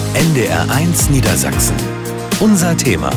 NDR1 Niedersachsen. Unser Thema.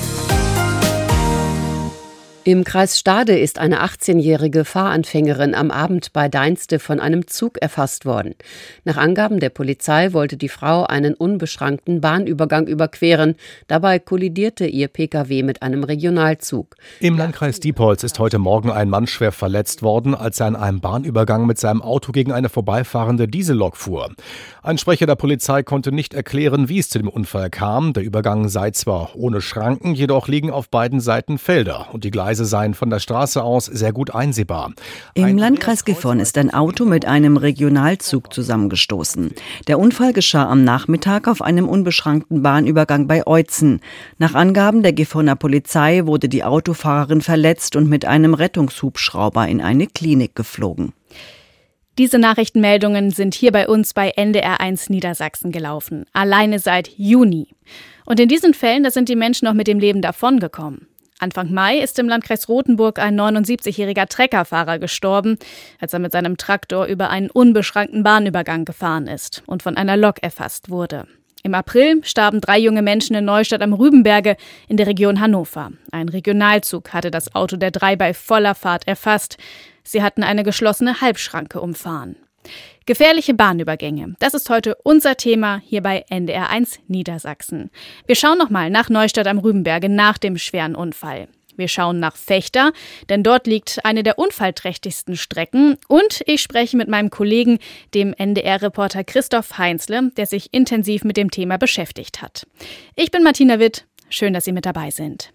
Im Kreis Stade ist eine 18-jährige Fahranfängerin am Abend bei Deinste von einem Zug erfasst worden. Nach Angaben der Polizei wollte die Frau einen unbeschrankten Bahnübergang überqueren. Dabei kollidierte ihr Pkw mit einem Regionalzug. Im Landkreis Diepholz ist heute Morgen ein Mann schwer verletzt worden, als er an einem Bahnübergang mit seinem Auto gegen eine vorbeifahrende Diesellok fuhr. Ein Sprecher der Polizei konnte nicht erklären, wie es zu dem Unfall kam. Der Übergang sei zwar ohne Schranken, jedoch liegen auf beiden Seiten Felder und die Gleise seien von der Straße aus sehr gut einsehbar. Im Landkreis Gifhorn ist ein Auto mit einem Regionalzug zusammengestoßen. Der Unfall geschah am Nachmittag auf einem unbeschrankten Bahnübergang bei Eutzen. Nach Angaben der Gifhorner Polizei wurde die Autofahrerin verletzt und mit einem Rettungshubschrauber in eine Klinik geflogen. Diese Nachrichtenmeldungen sind hier bei uns bei NDR1 Niedersachsen gelaufen. Alleine seit Juni. Und in diesen Fällen, da sind die Menschen noch mit dem Leben davongekommen. Anfang Mai ist im Landkreis Rothenburg ein 79-jähriger Treckerfahrer gestorben, als er mit seinem Traktor über einen unbeschrankten Bahnübergang gefahren ist und von einer Lok erfasst wurde. Im April starben 3 junge Menschen in Neustadt am Rübenberge in der Region Hannover. Ein Regionalzug hatte das Auto der 3 bei voller Fahrt erfasst. Sie hatten eine geschlossene Halbschranke umfahren. Gefährliche Bahnübergänge, das ist heute unser Thema hier bei NDR1 Niedersachsen. Wir schauen nochmal nach Neustadt am Rübenberge nach dem schweren Unfall. Wir schauen nach Vechta, denn dort liegt eine der unfallträchtigsten Strecken. Und ich spreche mit meinem Kollegen, dem NDR-Reporter Christoph Heinzle, der sich intensiv mit dem Thema beschäftigt hat. Ich bin Martina Witt, schön, dass Sie mit dabei sind.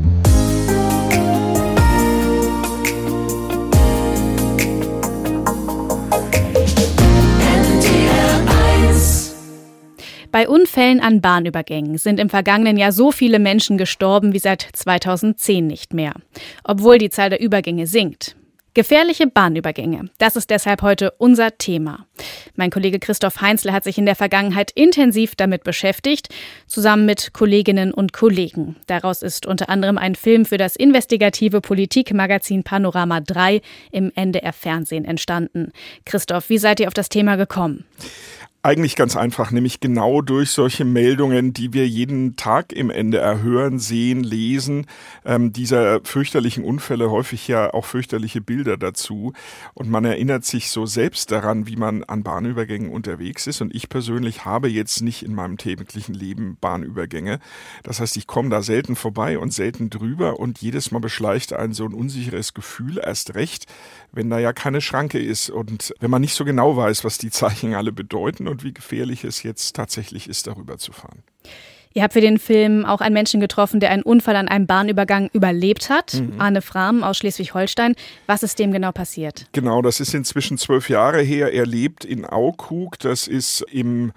Bei Unfällen an Bahnübergängen sind im vergangenen Jahr so viele Menschen gestorben wie seit 2010 nicht mehr, obwohl die Zahl der Übergänge sinkt. Gefährliche Bahnübergänge, das ist deshalb heute unser Thema. Mein Kollege Christoph Heinzle hat sich in der Vergangenheit intensiv damit beschäftigt, zusammen mit Kolleginnen und Kollegen. Daraus ist unter anderem ein Film für das investigative Politikmagazin Panorama 3 im NDR-Fernsehen entstanden. Christoph, wie seid ihr auf das Thema gekommen? Eigentlich ganz einfach, nämlich genau durch solche Meldungen, die wir jeden Tag im NDR hören, sehen, lesen, dieser fürchterlichen Unfälle, häufig ja auch fürchterliche Bilder dazu. Und man erinnert sich so selbst daran, wie man an Bahnübergängen unterwegs ist. Und ich persönlich habe jetzt nicht in meinem täglichen Leben Bahnübergänge. Das heißt, ich komme da selten vorbei und selten drüber. Und jedes Mal beschleicht einen so ein unsicheres Gefühl, erst recht, wenn da ja keine Schranke ist. Und wenn man nicht so genau weiß, was die Zeichen alle bedeuten und wie gefährlich es jetzt tatsächlich ist, darüber zu fahren. Ihr habt für den Film auch einen Menschen getroffen, der einen Unfall an einem Bahnübergang überlebt hat. Arne Frahm aus Schleswig-Holstein. Was ist dem genau passiert? Genau, das ist inzwischen 12 Jahre her. Er lebt in Aukrug. Das ist im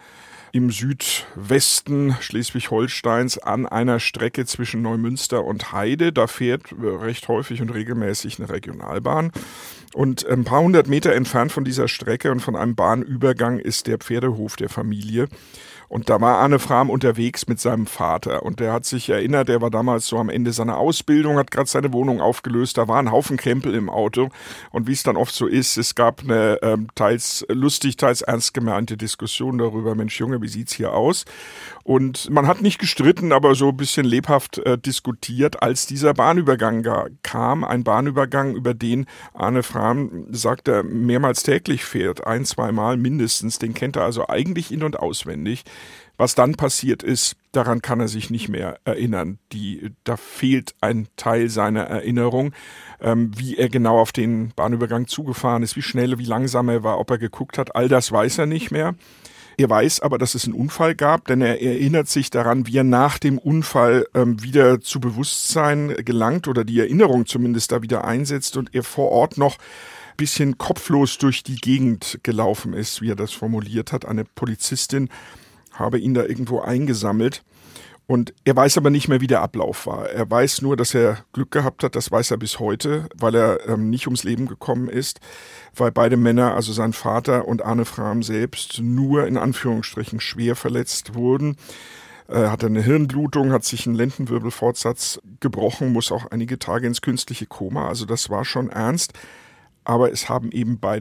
Südwesten Schleswig-Holsteins an einer Strecke zwischen Neumünster und Heide. Da fährt recht häufig und regelmäßig eine Regionalbahn. Und ein paar hundert Meter entfernt von dieser Strecke und von einem Bahnübergang ist der Pferdehof der Familie. Und da war Arne Frahm unterwegs mit seinem Vater und der hat sich erinnert, er war damals so am Ende seiner Ausbildung, hat gerade seine Wohnung aufgelöst, da war ein Haufen Krempel im Auto und wie es dann oft so ist, es gab eine teils lustig, teils ernst gemeinte Diskussion darüber, Mensch Junge, wie sieht's hier aus? Und man hat nicht gestritten, aber so ein bisschen lebhaft diskutiert, als dieser Bahnübergang kam, ein Bahnübergang, über den Arne Frahm, sagt er, mehrmals täglich fährt, 1-2 Mal mindestens, den kennt er also eigentlich in- und auswendig. Was dann passiert ist, daran kann er sich nicht mehr erinnern. Da fehlt ein Teil seiner Erinnerung, wie er genau auf den Bahnübergang zugefahren ist, wie schnell, wie langsam er war, ob er geguckt hat, all das weiß er nicht mehr. Er weiß aber, dass es einen Unfall gab, denn er erinnert sich daran, wie er nach dem Unfall wieder zu Bewusstsein gelangt oder die Erinnerung zumindest da wieder einsetzt und er vor Ort noch ein bisschen kopflos durch die Gegend gelaufen ist, wie er das formuliert hat. Eine Polizistin habe ihn da irgendwo eingesammelt und er weiß aber nicht mehr, wie der Ablauf war. Er weiß nur, dass er Glück gehabt hat, das weiß er bis heute, weil er nicht ums Leben gekommen ist, weil beide Männer, also sein Vater und Arne Frahm selbst, nur in Anführungsstrichen schwer verletzt wurden. Er hatte eine Hirnblutung, hat sich einen Lendenwirbelfortsatz gebrochen, muss auch einige Tage ins künstliche Koma, also das war schon ernst. Aber es haben eben beide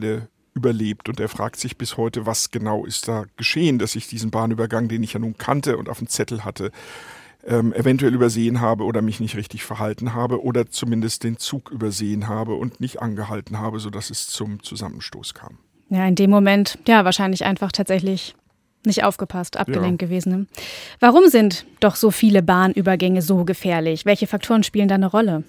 überlebt. Und er fragt sich bis heute, was genau ist da geschehen, dass ich diesen Bahnübergang, den ich ja nun kannte und auf dem Zettel hatte, eventuell übersehen habe oder mich nicht richtig verhalten habe oder zumindest den Zug übersehen habe und nicht angehalten habe, sodass es zum Zusammenstoß kam. Ja, in dem Moment, wahrscheinlich einfach tatsächlich nicht aufgepasst, abgelenkt gewesen. Ne? Warum sind doch so viele Bahnübergänge so gefährlich? Welche Faktoren spielen da eine Rolle?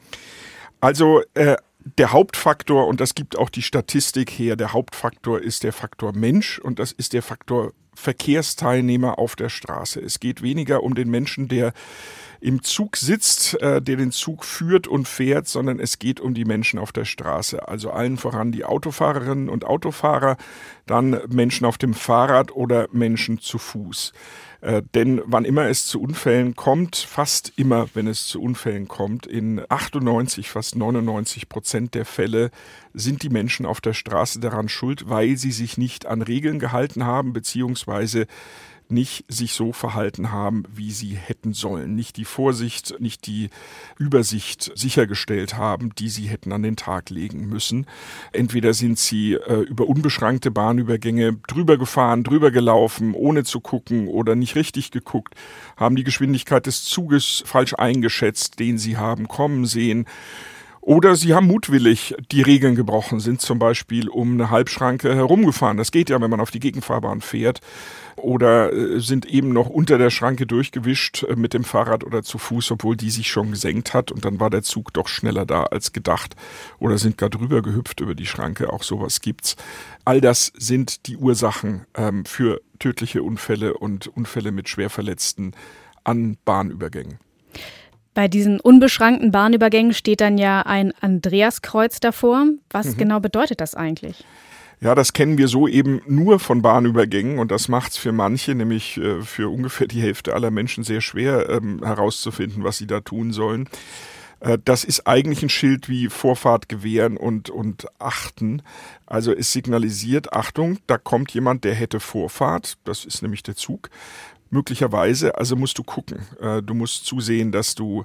Also der Hauptfaktor, und das gibt auch die Statistik her, der Hauptfaktor ist der Faktor Mensch und das ist der Faktor Verkehrsteilnehmer auf der Straße. Es geht weniger um den Menschen, der im Zug sitzt, der den Zug führt und fährt, sondern es geht um die Menschen auf der Straße. Also allen voran die Autofahrerinnen und Autofahrer, dann Menschen auf dem Fahrrad oder Menschen zu Fuß. Denn wann immer es zu Unfällen kommt, fast immer, wenn es zu Unfällen kommt, in 98, fast 99% der Fälle sind die Menschen auf der Straße daran schuld, weil sie sich nicht an Regeln gehalten haben, beziehungsweise nicht sich so verhalten haben, wie sie hätten sollen. Nicht die Vorsicht, nicht die Übersicht sichergestellt haben, die sie hätten an den Tag legen müssen. Entweder sind sie über unbeschränkte Bahnübergänge drüber gefahren, drüber gelaufen, ohne zu gucken oder nicht richtig geguckt, haben die Geschwindigkeit des Zuges falsch eingeschätzt, den sie haben kommen sehen. Oder sie haben mutwillig die Regeln gebrochen, sind zum Beispiel um eine Halbschranke herumgefahren. Das geht ja, wenn man auf die Gegenfahrbahn fährt. Oder sind eben noch unter der Schranke durchgewischt mit dem Fahrrad oder zu Fuß, obwohl die sich schon gesenkt hat. Und dann war der Zug doch schneller da als gedacht. Oder sind gar drüber gehüpft über die Schranke. Auch sowas gibt's. All das sind die Ursachen für tödliche Unfälle und Unfälle mit Schwerverletzten an Bahnübergängen. Bei diesen unbeschränkten Bahnübergängen steht dann ja ein Andreaskreuz davor. Was genau bedeutet das eigentlich? Ja, das kennen wir so eben nur von Bahnübergängen und das macht es für manche, nämlich für ungefähr die Hälfte aller Menschen, sehr schwer herauszufinden, was sie da tun sollen. Das ist eigentlich ein Schild wie Vorfahrt gewähren und achten. Also es signalisiert, Achtung, da kommt jemand, der hätte Vorfahrt, das ist nämlich der Zug. Möglicherweise, also musst du gucken. Du musst zusehen, dass du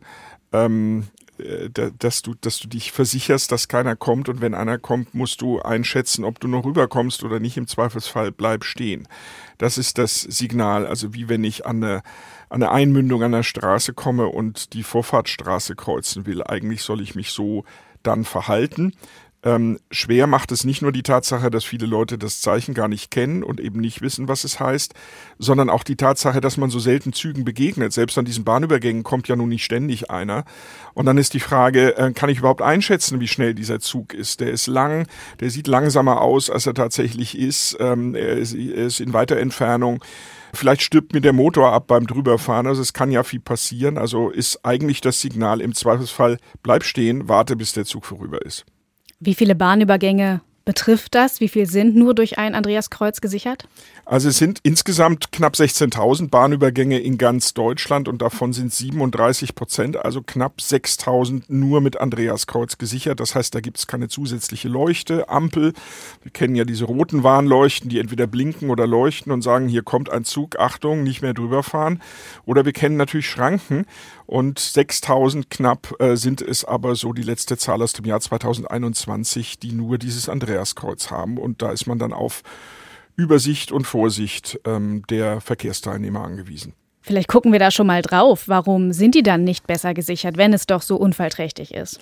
dich versicherst, dass keiner kommt und wenn einer kommt, musst du einschätzen, ob du noch rüberkommst oder nicht. Im Zweifelsfall bleib stehen. Das ist das Signal, also wie wenn ich an eine Einmündung an der Straße komme und die Vorfahrtsstraße kreuzen will. Eigentlich soll ich mich so dann verhalten. Schwer macht es nicht nur die Tatsache, dass viele Leute das Zeichen gar nicht kennen und eben nicht wissen, was es heißt, sondern auch die Tatsache, dass man so selten Zügen begegnet. Selbst an diesen Bahnübergängen kommt ja nun nicht ständig einer. Und dann ist die Frage, kann ich überhaupt einschätzen, wie schnell dieser Zug ist? Der ist lang, der sieht langsamer aus, als er tatsächlich ist. Er ist in weiter Entfernung. Vielleicht stirbt mir der Motor ab beim Drüberfahren, also es kann ja viel passieren. Also ist eigentlich das Signal im Zweifelsfall, bleib stehen, warte, bis der Zug vorüber ist. Wie viele Bahnübergänge betrifft das? Wie viel sind nur durch ein Andreaskreuz gesichert? Also es sind insgesamt knapp 16.000 Bahnübergänge in ganz Deutschland und davon sind 37%, also knapp 6.000 nur mit Andreaskreuz gesichert. Das heißt, da gibt es keine zusätzliche Leuchte, Ampel. Wir kennen ja diese roten Warnleuchten, die entweder blinken oder leuchten und sagen, hier kommt ein Zug, Achtung, nicht mehr drüber fahren. Oder wir kennen natürlich Schranken und 6.000 knapp sind es aber so die letzte Zahl aus dem Jahr 2021, die nur dieses Andreaskreuz haben. Und da ist man dann auf Übersicht und Vorsicht der Verkehrsteilnehmer angewiesen. Vielleicht gucken wir da schon mal drauf. Warum sind die dann nicht besser gesichert, wenn es doch so unfallträchtig ist?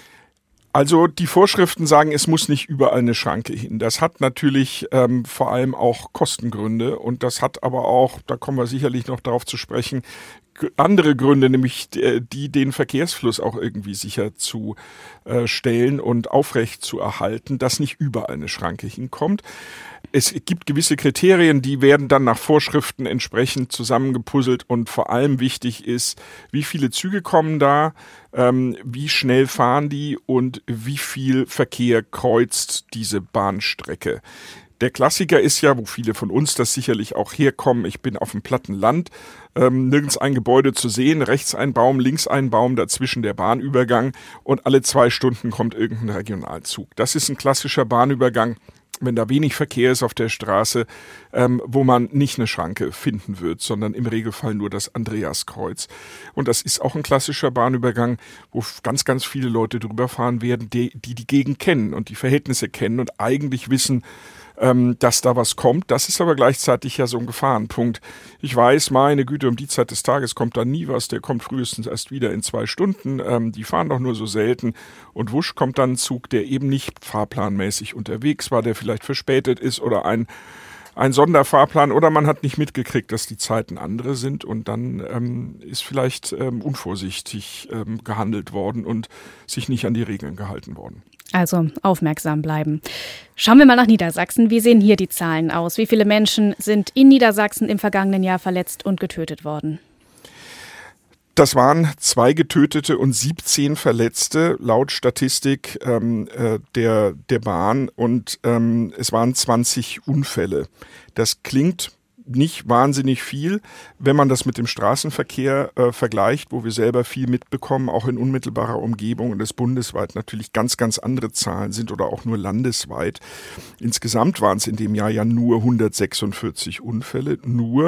Also die Vorschriften sagen, es muss nicht überall eine Schranke hin. Das hat natürlich vor allem auch Kostengründe und das hat aber auch, da kommen wir sicherlich noch darauf zu sprechen, andere Gründe, nämlich die den Verkehrsfluss auch irgendwie sicher zu stellen und aufrecht zu erhalten, dass nicht überall eine Schranke hinkommt. Es gibt gewisse Kriterien, die werden dann nach Vorschriften entsprechend zusammengepuzzelt und vor allem wichtig ist, wie viele Züge kommen da, wie schnell fahren die und wie viel Verkehr kreuzt diese Bahnstrecke. Der Klassiker ist ja, wo viele von uns das sicherlich auch herkommen, ich bin auf dem platten Land, nirgends ein Gebäude zu sehen, rechts ein Baum, links ein Baum, dazwischen der Bahnübergang und alle 2 Stunden kommt irgendein Regionalzug. Das ist ein klassischer Bahnübergang. da wenig Verkehr ist auf der Straße, wo man nicht eine Schranke finden wird, sondern im Regelfall nur das Andreaskreuz. Und das ist auch ein klassischer Bahnübergang, wo ganz, ganz viele Leute drüber fahren werden, die Gegend kennen und die Verhältnisse kennen und eigentlich wissen, dass da was kommt. Das ist aber gleichzeitig ja so ein Gefahrenpunkt. Ich weiß, meine Güte, um die Zeit des Tages kommt da nie was. Der kommt frühestens erst wieder in 2 Stunden. Die fahren doch nur so selten. Und wusch kommt dann ein Zug, der eben nicht fahrplanmäßig unterwegs war, der vielleicht verspätet ist oder ein Sonderfahrplan oder man hat nicht mitgekriegt, dass die Zeiten andere sind und dann ist vielleicht unvorsichtig gehandelt worden und sich nicht an die Regeln gehalten worden. Also aufmerksam bleiben. Schauen wir mal nach Niedersachsen. Wie sehen hier die Zahlen aus? Wie viele Menschen sind in Niedersachsen im vergangenen Jahr verletzt und getötet worden? Das waren 2 Getötete und 17 Verletzte laut Statistik der Bahn und es waren 20 Unfälle. Das klingt nicht wahnsinnig viel, wenn man das mit dem Straßenverkehr vergleicht, wo wir selber viel mitbekommen, auch in unmittelbarer Umgebung und es bundesweit natürlich ganz, ganz andere Zahlen sind oder auch nur landesweit. Insgesamt waren es in dem Jahr ja nur 146 Unfälle,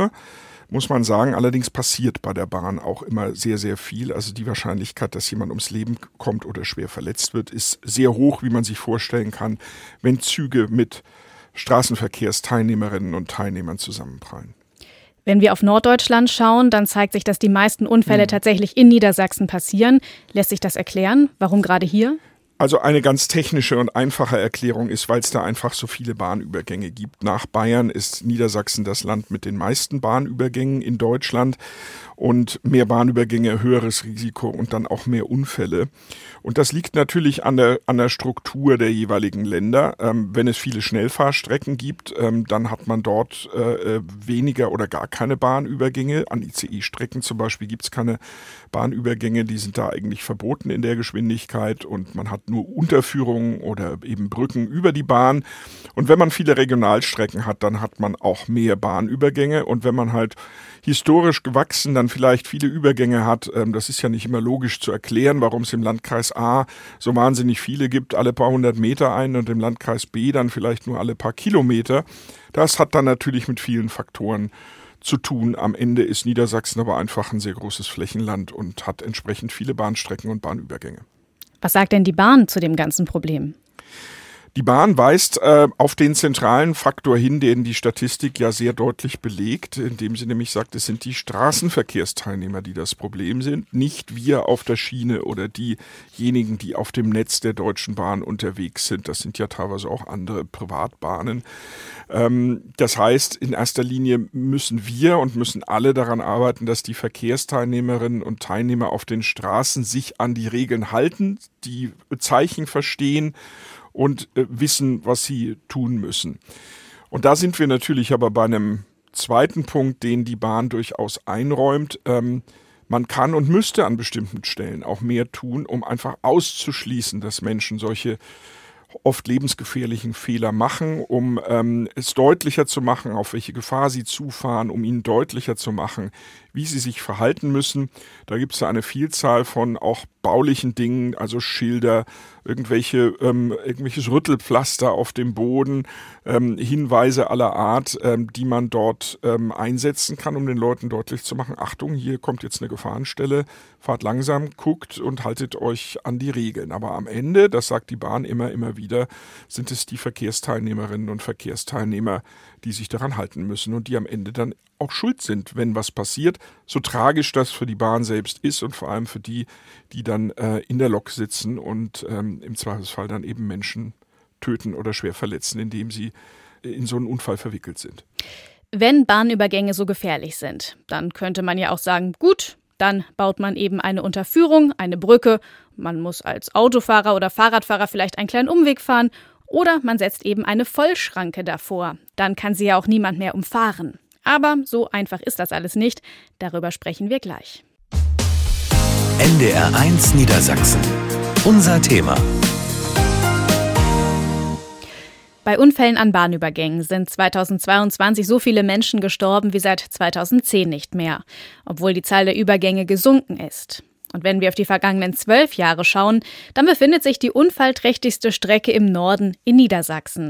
muss man sagen, allerdings passiert bei der Bahn auch immer sehr, sehr viel. Also die Wahrscheinlichkeit, dass jemand ums Leben kommt oder schwer verletzt wird, ist sehr hoch, wie man sich vorstellen kann, wenn Züge mit Straßenverkehrsteilnehmerinnen und Teilnehmern zusammenprallen. Wenn wir auf Norddeutschland schauen, dann zeigt sich, dass die meisten Unfälle tatsächlich in Niedersachsen passieren. Lässt sich das erklären? Warum gerade hier? Also eine ganz technische und einfache Erklärung ist, weil es da einfach so viele Bahnübergänge gibt. Nach Bayern ist Niedersachsen das Land mit den meisten Bahnübergängen in Deutschland und mehr Bahnübergänge, höheres Risiko und dann auch mehr Unfälle. Und das liegt natürlich an der Struktur der jeweiligen Länder. Wenn es viele Schnellfahrstrecken gibt, dann hat man dort weniger oder gar keine Bahnübergänge. An ICE-Strecken zum Beispiel gibt es keine Bahnübergänge, die sind da eigentlich verboten in der Geschwindigkeit und man hat nur Unterführungen oder eben Brücken über die Bahn. Und wenn man viele Regionalstrecken hat, dann hat man auch mehr Bahnübergänge. Und wenn man halt historisch gewachsen dann vielleicht viele Übergänge hat, das ist ja nicht immer logisch zu erklären, warum es im Landkreis A so wahnsinnig viele gibt, alle paar 100 Meter ein und im Landkreis B dann vielleicht nur alle paar Kilometer. Das hat dann natürlich mit vielen Faktoren zu tun. Am Ende ist Niedersachsen aber einfach ein sehr großes Flächenland und hat entsprechend viele Bahnstrecken und Bahnübergänge. Was sagt denn die Bahn zu dem ganzen Problem? Die Bahn weist auf den zentralen Faktor hin, den die Statistik ja sehr deutlich belegt, indem sie nämlich sagt, es sind die Straßenverkehrsteilnehmer, die das Problem sind, nicht wir auf der Schiene oder diejenigen, die auf dem Netz der Deutschen Bahn unterwegs sind. Das sind ja teilweise auch andere Privatbahnen. Das heißt, in erster Linie müssen wir und müssen alle daran arbeiten, dass die Verkehrsteilnehmerinnen und Teilnehmer auf den Straßen sich an die Regeln halten, die Zeichen verstehen und wissen, was sie tun müssen. Und da sind wir natürlich aber bei einem zweiten Punkt, den die Bahn durchaus einräumt. Man kann und müsste an bestimmten Stellen auch mehr tun, um einfach auszuschließen, dass Menschen solche oft lebensgefährlichen Fehler machen, um es deutlicher zu machen, auf welche Gefahr sie zufahren, um ihnen deutlicher zu machen, wie sie sich verhalten müssen. Da gibt es eine Vielzahl von auch baulichen Dingen, also Schilder, irgendwelches Rüttelpflaster auf dem Boden, Hinweise aller Art, die man dort einsetzen kann, um den Leuten deutlich zu machen, Achtung, hier kommt jetzt eine Gefahrenstelle, fahrt langsam, guckt und haltet euch an die Regeln. Aber am Ende, das sagt die Bahn immer wieder, sind es die Verkehrsteilnehmerinnen und Verkehrsteilnehmer, die sich daran halten müssen und die am Ende dann auch schuld sind, wenn was passiert, so tragisch das für die Bahn selbst ist und vor allem für die, die dann in der Lok sitzen und im Zweifelsfall dann eben Menschen töten oder schwer verletzen, indem sie in so einen Unfall verwickelt sind. Wenn Bahnübergänge so gefährlich sind, dann könnte man ja auch sagen, gut, dann baut man eben eine Unterführung, eine Brücke. Man muss als Autofahrer oder Fahrradfahrer vielleicht einen kleinen Umweg fahren oder man setzt eben eine Vollschranke davor. Dann kann sie ja auch niemand mehr umfahren. Aber so einfach ist das alles nicht. Darüber sprechen wir gleich. NDR1 Niedersachsen. Unser Thema. Bei Unfällen an Bahnübergängen sind 2022 so viele Menschen gestorben wie seit 2010 nicht mehr, obwohl die Zahl der Übergänge gesunken ist. Und wenn wir auf die vergangenen 12 Jahre schauen, dann befindet sich die unfallträchtigste Strecke im Norden in Niedersachsen.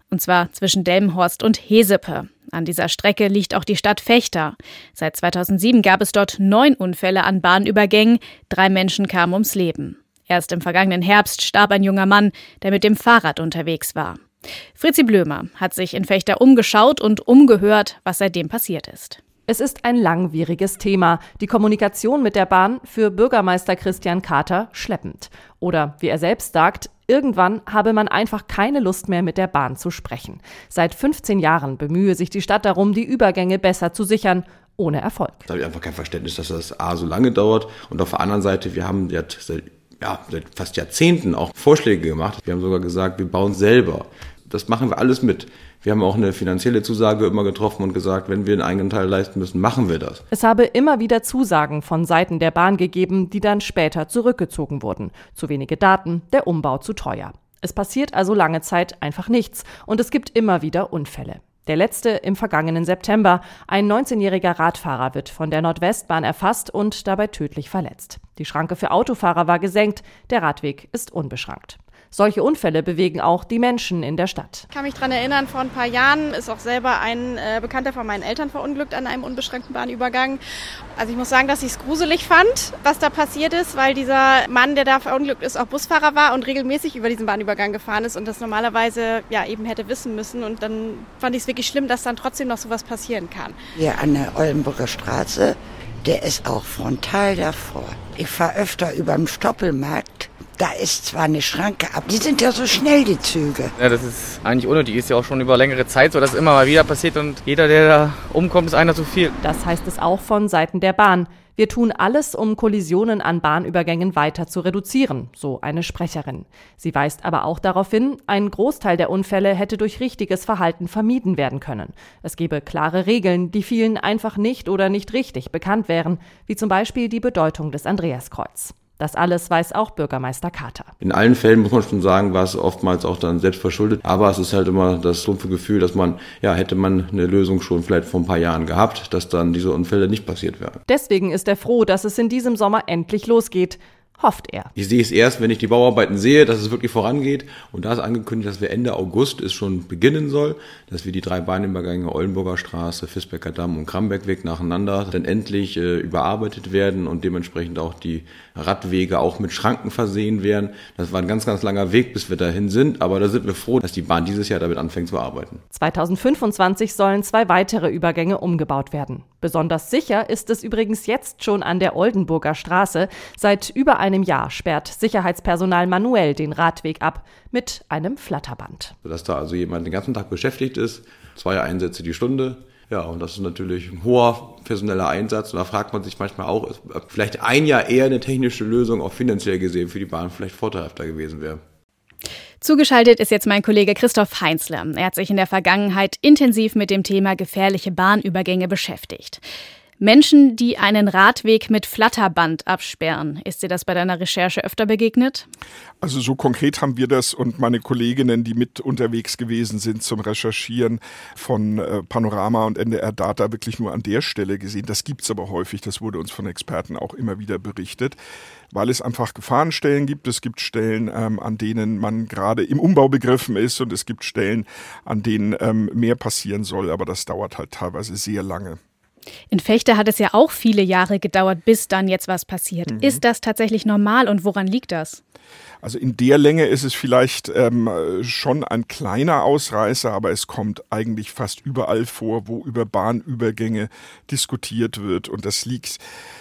Und zwar zwischen Delmenhorst und Hesepe. An dieser Strecke liegt auch die Stadt Vechta. Seit 2007 gab es dort 9 Unfälle an Bahnübergängen. 3 Menschen kamen ums Leben. Erst im vergangenen Herbst starb ein junger Mann, der mit dem Fahrrad unterwegs war. Fritzi Blömer hat sich in Vechta umgeschaut und umgehört, was seitdem passiert ist. Es ist ein langwieriges Thema. Die Kommunikation mit der Bahn für Bürgermeister Christian Kater schleppend. Oder, wie er selbst sagt, irgendwann habe man einfach keine Lust mehr, mit der Bahn zu sprechen. Seit 15 Jahren bemühe sich die Stadt darum, die Übergänge besser zu sichern. Ohne Erfolg. Da habe ich einfach kein Verständnis, dass das so lange dauert. Und auf der anderen Seite, wir haben seit fast Jahrzehnten auch Vorschläge gemacht. Wir haben sogar gesagt, wir bauen selber. Das machen wir alles mit. Wir haben auch eine finanzielle Zusage immer getroffen und gesagt, wenn wir einen eigenen Teil leisten müssen, machen wir das. Es habe immer wieder Zusagen von Seiten der Bahn gegeben, die dann später zurückgezogen wurden. Zu wenige Daten, der Umbau zu teuer. Es passiert also lange Zeit einfach nichts und es gibt immer wieder Unfälle. Der letzte im vergangenen September. Ein 19-jähriger Radfahrer wird von der Nordwestbahn erfasst und dabei tödlich verletzt. Die Schranke für Autofahrer war gesenkt, der Radweg ist unbeschrankt. Solche Unfälle bewegen auch die Menschen in der Stadt. Ich kann mich daran erinnern, vor ein paar Jahren ist auch selber ein Bekannter von meinen Eltern verunglückt an einem unbeschränkten Bahnübergang. Also ich muss sagen, dass ich es gruselig fand, was da passiert ist, weil dieser Mann, der da verunglückt ist, auch Busfahrer war und regelmäßig über diesen Bahnübergang gefahren ist und das normalerweise eben hätte wissen müssen. Und dann fand ich es wirklich schlimm, dass dann trotzdem noch sowas passieren kann. Hier an der Oldenburger Straße, der ist auch frontal davor. Ich fahre öfter über den Stoppelmarkt. Da ist zwar eine Schranke, aber die sind ja so schnell, die Züge. Ja, das ist eigentlich unnötig. Ist ja auch schon über längere Zeit so, dass es immer mal wieder passiert und jeder, der da umkommt, ist einer zu viel. Das heißt es auch von Seiten der Bahn. Wir tun alles, um Kollisionen an Bahnübergängen weiter zu reduzieren, so eine Sprecherin. Sie weist aber auch darauf hin, ein Großteil der Unfälle hätte durch richtiges Verhalten vermieden werden können. Es gebe klare Regeln, die vielen einfach nicht oder nicht richtig bekannt wären, wie zum Beispiel die Bedeutung des Andreaskreuz. Das alles weiß auch Bürgermeister Kater. In allen Fällen muss man schon sagen, war es oftmals auch dann selbst verschuldet. Aber es ist halt immer das dumpfe Gefühl, dass hätte man eine Lösung schon vielleicht vor ein paar Jahren gehabt, dass dann diese Unfälle nicht passiert wären. Deswegen ist er froh, dass es in diesem Sommer endlich losgeht. Hofft er. Ich sehe es erst, wenn ich die Bauarbeiten sehe, dass es wirklich vorangeht. Und da ist angekündigt, dass wir Ende August es schon beginnen soll, dass wir die 3 Bahnübergänge Oldenburger Straße, Visbecker Damm und Krambergweg nacheinander dann endlich überarbeitet werden und dementsprechend auch die Radwege auch mit Schranken versehen werden. Das war ein ganz, ganz langer Weg, bis wir dahin sind. Aber da sind wir froh, dass die Bahn dieses Jahr damit anfängt zu arbeiten. 2025 sollen 2 weitere Übergänge umgebaut werden. Besonders sicher ist es übrigens jetzt schon an der Oldenburger Straße. Seit über einem Jahr sperrt Sicherheitspersonal manuell den Radweg ab mit einem Flatterband. Dass da also jemand den ganzen Tag beschäftigt ist, 2 Einsätze die Stunde. Ja, und das ist natürlich ein hoher personeller Einsatz. Und da fragt man sich manchmal auch, ob vielleicht ein Jahr eher eine technische Lösung auch finanziell gesehen für die Bahn vielleicht vorteilhafter gewesen wäre. Zugeschaltet ist jetzt mein Kollege Christoph Heinzler. Er hat sich in der Vergangenheit intensiv mit dem Thema gefährliche Bahnübergänge beschäftigt. Menschen, die einen Radweg mit Flatterband absperren. Ist dir das bei deiner Recherche öfter begegnet? Also so konkret haben wir das und meine Kolleginnen, die mit unterwegs gewesen sind zum Recherchieren von Panorama und NDR Data, wirklich nur an der Stelle gesehen. Das gibt's aber häufig, das wurde uns von Experten auch immer wieder berichtet, weil es einfach Gefahrenstellen gibt. Es gibt Stellen, an denen man gerade im Umbau begriffen ist und es gibt Stellen, an denen mehr passieren soll, aber das dauert halt teilweise sehr lange. In Vechta hat es ja auch viele Jahre gedauert, bis dann jetzt was passiert. Ist das tatsächlich normal und woran liegt das? Also in der Länge ist es vielleicht schon ein kleiner Ausreißer, aber es kommt eigentlich fast überall vor, wo über Bahnübergänge diskutiert wird. Und das liegt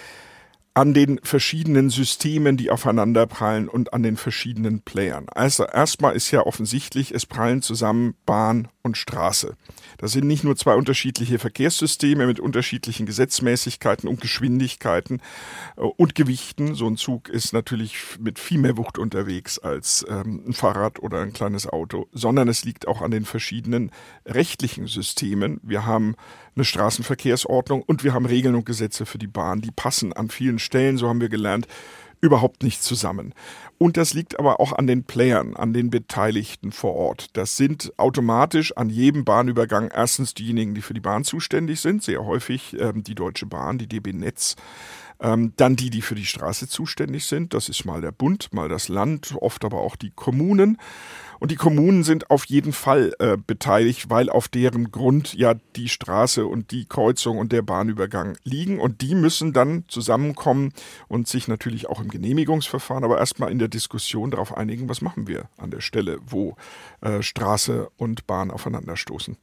an den verschiedenen Systemen, die aufeinanderprallen und an den verschiedenen Playern. Also erstmal ist ja offensichtlich, es prallen zusammen Bahn und Straße. Das sind nicht nur 2 unterschiedliche Verkehrssysteme mit unterschiedlichen Gesetzmäßigkeiten und Geschwindigkeiten und Gewichten. So ein Zug ist natürlich mit viel mehr Wucht unterwegs als ein Fahrrad oder ein kleines Auto, sondern es liegt auch an den verschiedenen rechtlichen Systemen. Wir haben eine Straßenverkehrsordnung und wir haben Regeln und Gesetze für die Bahn, die passen an vielen Stellen, so haben wir gelernt, überhaupt nicht zusammen. Und das liegt aber auch an den Playern, an den Beteiligten vor Ort. Das sind automatisch an jedem Bahnübergang erstens diejenigen, die für die Bahn zuständig sind, sehr häufig die Deutsche Bahn, die DB Netz. Dann die für die Straße zuständig sind. Das ist mal der Bund, mal das Land, oft aber auch die Kommunen. Und die Kommunen sind auf jeden Fall beteiligt, weil auf deren Grund ja die Straße und die Kreuzung und der Bahnübergang liegen. Und die müssen dann zusammenkommen und sich natürlich auch im Genehmigungsverfahren, aber erstmal in der Diskussion darauf einigen, was machen wir an der Stelle, wo Straße und Bahn aufeinanderstoßen.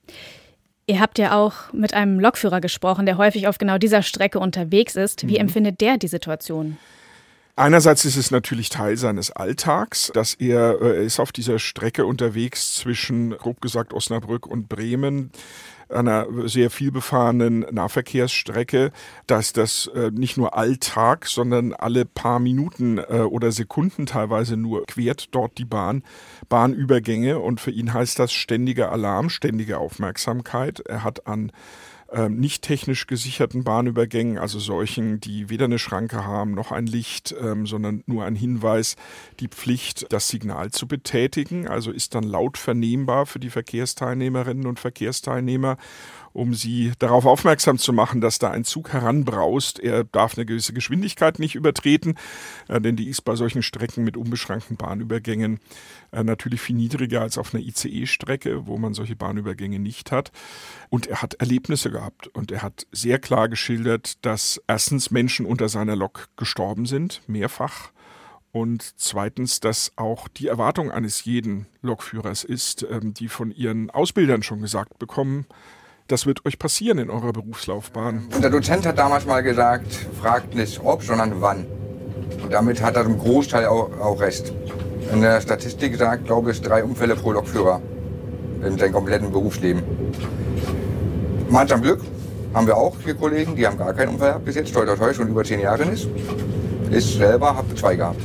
Ihr habt ja auch mit einem Lokführer gesprochen, der häufig auf genau dieser Strecke unterwegs ist. Wie empfindet der die Situation? Einerseits ist es natürlich Teil seines Alltags, dass er ist auf dieser Strecke unterwegs zwischen, grob gesagt, Osnabrück und Bremen, einer sehr vielbefahrenen Nahverkehrsstrecke, dass das nicht nur Alltag, sondern alle paar Minuten oder Sekunden teilweise nur quert dort die Bahnübergänge. Und für ihn heißt das ständiger Alarm, ständige Aufmerksamkeit. Er hat an nicht technisch gesicherten Bahnübergängen, also solchen, die weder eine Schranke haben noch ein Licht, sondern nur ein Hinweis, die Pflicht, das Signal zu betätigen, also ist dann laut vernehmbar für die Verkehrsteilnehmerinnen und Verkehrsteilnehmer, um sie darauf aufmerksam zu machen, dass da ein Zug heranbraust. Er darf eine gewisse Geschwindigkeit nicht übertreten, denn die ist bei solchen Strecken mit unbeschränkten Bahnübergängen natürlich viel niedriger als auf einer ICE-Strecke, wo man solche Bahnübergänge nicht hat. Und er hat Erlebnisse gehabt und er hat sehr klar geschildert, dass erstens Menschen unter seiner Lok gestorben sind, mehrfach. Und zweitens, dass auch die Erwartung eines jeden Lokführers ist, die von ihren Ausbildern schon gesagt bekommen, das wird euch passieren in eurer Berufslaufbahn. Und der Dozent hat damals mal gesagt, fragt nicht ob, sondern wann. Und damit hat er im Großteil auch recht. In der Statistik sagt, glaube ich, 3 Unfälle pro Lokführer in seinem kompletten Berufsleben. Man hat am Glück, haben wir auch 4 Kollegen, die haben gar keinen Unfall gehabt bis jetzt, toi toi toi, schon über 10 Jahre ist. Ich selber habe 2 gehabt.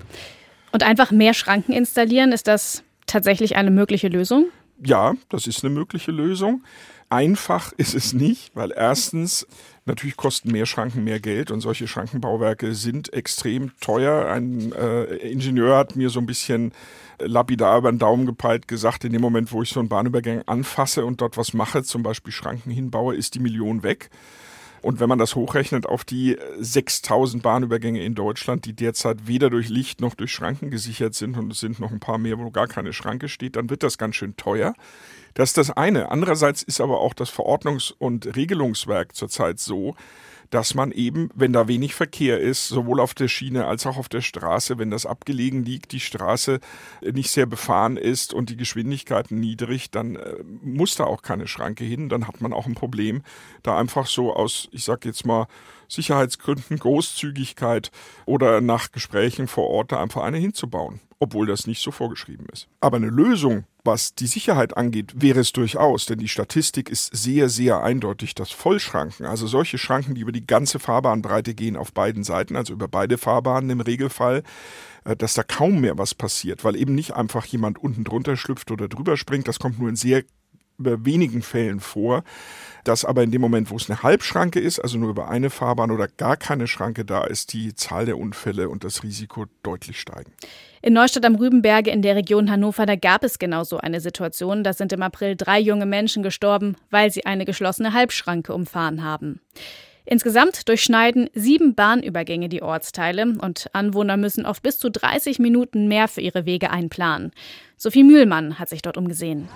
Und einfach mehr Schranken installieren, ist das tatsächlich eine mögliche Lösung? Ja, das ist eine mögliche Lösung. Einfach ist es nicht, weil erstens natürlich kosten mehr Schranken mehr Geld und solche Schrankenbauwerke sind extrem teuer. Ein Ingenieur hat mir so ein bisschen lapidar über den Daumen gepeilt gesagt, in dem Moment, wo ich so einen Bahnübergang anfasse und dort was mache, zum Beispiel Schranken hinbaue, ist die Million weg. Und wenn man das hochrechnet auf die 6.000 Bahnübergänge in Deutschland, die derzeit weder durch Licht noch durch Schranken gesichert sind und es sind noch ein paar mehr, wo gar keine Schranke steht, dann wird das ganz schön teuer. Das ist das eine. Andererseits ist aber auch das Verordnungs- und Regelungswerk zurzeit so, dass man eben, wenn da wenig Verkehr ist, sowohl auf der Schiene als auch auf der Straße, wenn das abgelegen liegt, die Straße nicht sehr befahren ist und die Geschwindigkeiten niedrig, dann muss da auch keine Schranke hin. Dann hat man auch ein Problem, da einfach so aus, ich sag jetzt mal, Sicherheitsgründen, Großzügigkeit oder nach Gesprächen vor Ort da einfach eine hinzubauen, obwohl das nicht so vorgeschrieben ist. Aber eine Lösung, was die Sicherheit angeht, wäre es durchaus, denn die Statistik ist sehr, sehr eindeutig, dass Vollschranken, also solche Schranken, die über die ganze Fahrbahnbreite gehen auf beiden Seiten, also über beide Fahrbahnen im Regelfall, dass da kaum mehr was passiert, weil eben nicht einfach jemand unten drunter schlüpft oder drüber springt, das kommt nur in sehr wenigen Fällen vor, dass aber in dem Moment, wo es eine Halbschranke ist, also nur über eine Fahrbahn oder gar keine Schranke da ist, die Zahl der Unfälle und das Risiko deutlich steigen. In Neustadt am Rübenberge in der Region Hannover, da gab es genau so eine Situation. Da sind im April 3 junge Menschen gestorben, weil sie eine geschlossene Halbschranke umfahren haben. Insgesamt durchschneiden 7 Bahnübergänge die Ortsteile und Anwohner müssen auf bis zu 30 Minuten mehr für ihre Wege einplanen. Sophie Mühlmann hat sich dort umgesehen.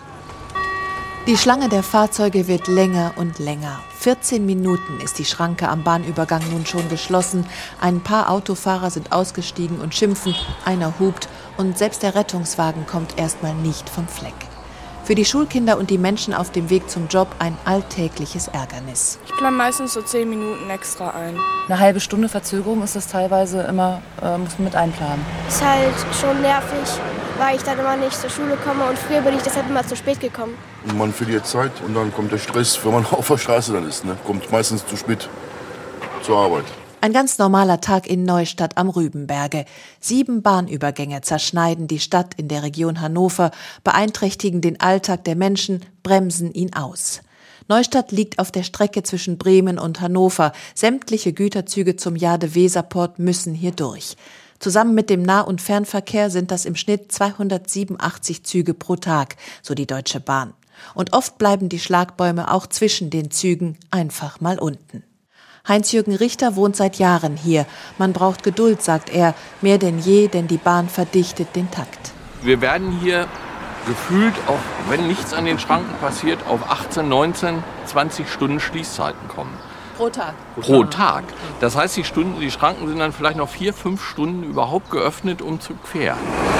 Die Schlange der Fahrzeuge wird länger und länger. 14 Minuten ist die Schranke am Bahnübergang nun schon geschlossen. Ein paar Autofahrer sind ausgestiegen und schimpfen, einer hupt und selbst der Rettungswagen kommt erstmal nicht vom Fleck. Für die Schulkinder und die Menschen auf dem Weg zum Job ein alltägliches Ärgernis. Ich plane meistens so 10 Minuten extra ein. Eine halbe Stunde Verzögerung ist das teilweise immer, muss man mit einplanen. Ist halt schon nervig, weil ich dann immer nicht zur Schule komme und früher bin ich deshalb immer zu spät gekommen. Man verliert Zeit und dann kommt der Stress, wenn man auf der Straße dann ist. Kommt meistens zu spät zur Arbeit. Ein ganz normaler Tag in Neustadt am Rübenberge. 7 Bahnübergänge zerschneiden die Stadt in der Region Hannover, beeinträchtigen den Alltag der Menschen, bremsen ihn aus. Neustadt liegt auf der Strecke zwischen Bremen und Hannover. Sämtliche Güterzüge zum Jade-Weser-Port müssen hier durch. Zusammen mit dem Nah- und Fernverkehr sind das im Schnitt 287 Züge pro Tag, so die Deutsche Bahn. Und oft bleiben die Schlagbäume auch zwischen den Zügen einfach mal unten. Heinz-Jürgen Richter wohnt seit Jahren hier. Man braucht Geduld, sagt er, mehr denn je, denn die Bahn verdichtet den Takt. Wir werden hier gefühlt, auch wenn nichts an den Schranken passiert, auf 18, 19, 20 Stunden Schließzeiten kommen. Pro Tag? Pro Tag. Das heißt, die Schranken sind dann vielleicht noch 4, 5 Stunden überhaupt geöffnet, um zu queren.